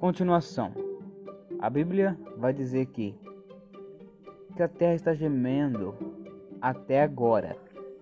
continuação, a Bíblia vai dizer que a terra está gemendo até agora,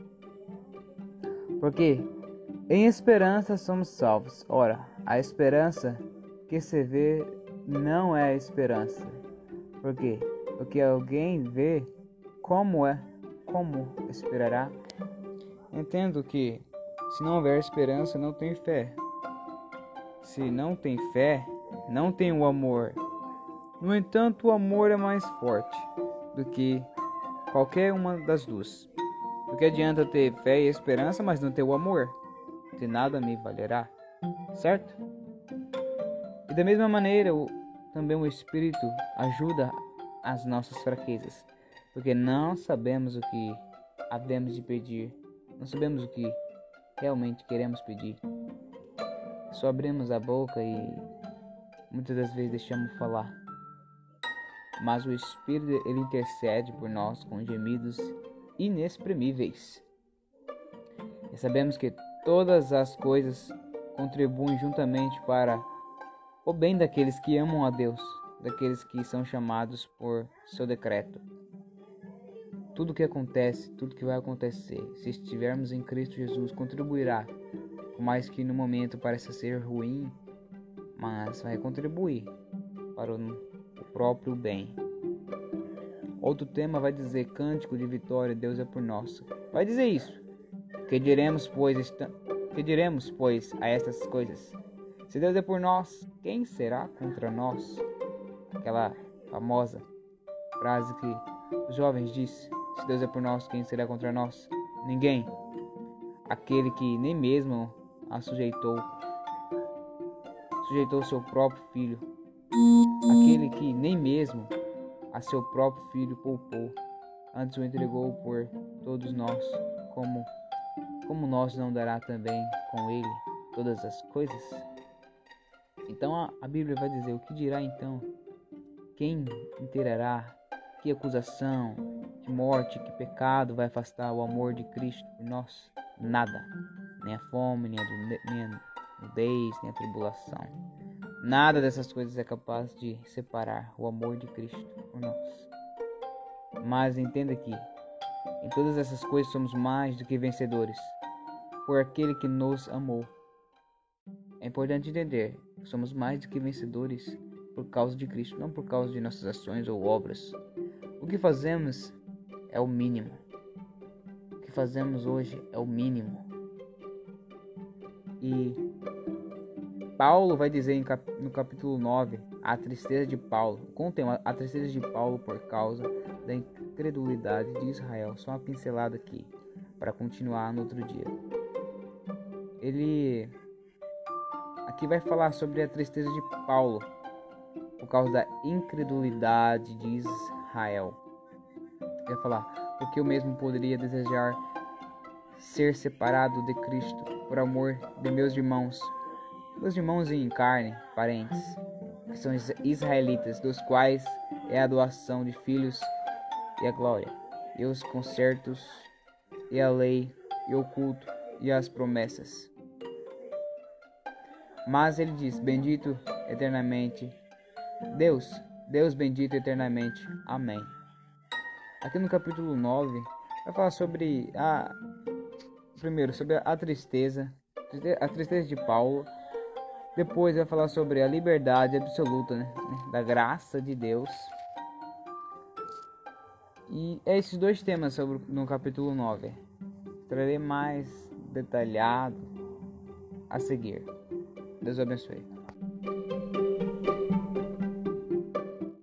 porque em esperança somos salvos. Ora, a esperança que se vê não é a esperança, porque o que alguém vê, como esperará? Entendo que se não houver esperança, não tem fé. Se não tem fé, não tem o amor. No entanto, o amor é mais forte do que qualquer uma das duas. Do que adianta ter fé e esperança, mas não ter o amor? De nada me valerá, certo? E da mesma maneira, também o Espírito ajuda as nossas fraquezas, porque não sabemos o que havemos de pedir, não sabemos o que realmente queremos pedir. Só abrimos a boca e muitas das vezes deixamos falar. Mas o Espírito, ele intercede por nós com gemidos inexprimíveis. E sabemos que todas as coisas contribuem juntamente para o bem daqueles que amam a Deus, daqueles que são chamados por seu decreto. Tudo que acontece, tudo que vai acontecer, se estivermos em Cristo Jesus, contribuirá, por mais que no momento pareça ser ruim, mas vai contribuir para o próprio bem. Outro tema vai dizer cântico de vitória, Deus é por nós. Vai dizer isso. Que diremos, pois, a estas coisas? Se Deus é por nós, quem será contra nós? Aquela famosa frase que os jovens dizem: se Deus é por nós, quem será contra nós? Ninguém. Aquele que nem mesmo a sujeitou seu próprio filho. Aquele que nem mesmo a seu próprio filho poupou, antes o entregou por todos nós, como nós não dará também com ele todas as coisas? Então a Bíblia vai dizer: o que dirá então? Quem inteirará? Que acusação, que morte, que pecado vai afastar o amor de Cristo por nós? Nada. Nem a fome, nem a nudez, nem a tribulação. Nada dessas coisas é capaz de separar o amor de Cristo por nós. Mas entenda que em todas essas coisas somos mais do que vencedores por aquele que nos amou. É importante entender que somos mais do que vencedores por causa de Cristo, não por causa de nossas ações ou obras. O que fazemos é o mínimo. O que fazemos hoje é o mínimo. E Paulo vai dizer no capítulo 9, a tristeza de Paulo. Contém a tristeza de Paulo por causa da incredulidade de Israel. Só uma pincelada aqui, para continuar no outro dia. Ele aqui vai falar sobre a tristeza de Paulo por causa da incredulidade de Israel. Ele vai falar: porque eu mesmo poderia desejar ser separado de Cristo por amor de meus irmãos em carne, parentes, que são israelitas, dos quais é a doação de filhos e a glória, e os concertos, e a lei, e o culto, e as promessas. Mas ele diz: bendito eternamente, Deus bendito eternamente. Amém. Aqui no capítulo 9, vai falar sobre sobre a tristeza de Paulo. Depois vai falar sobre a liberdade absoluta, da graça de Deus. E é esses dois temas no capítulo 9. Trarei mais detalhado a seguir. Deus abençoe.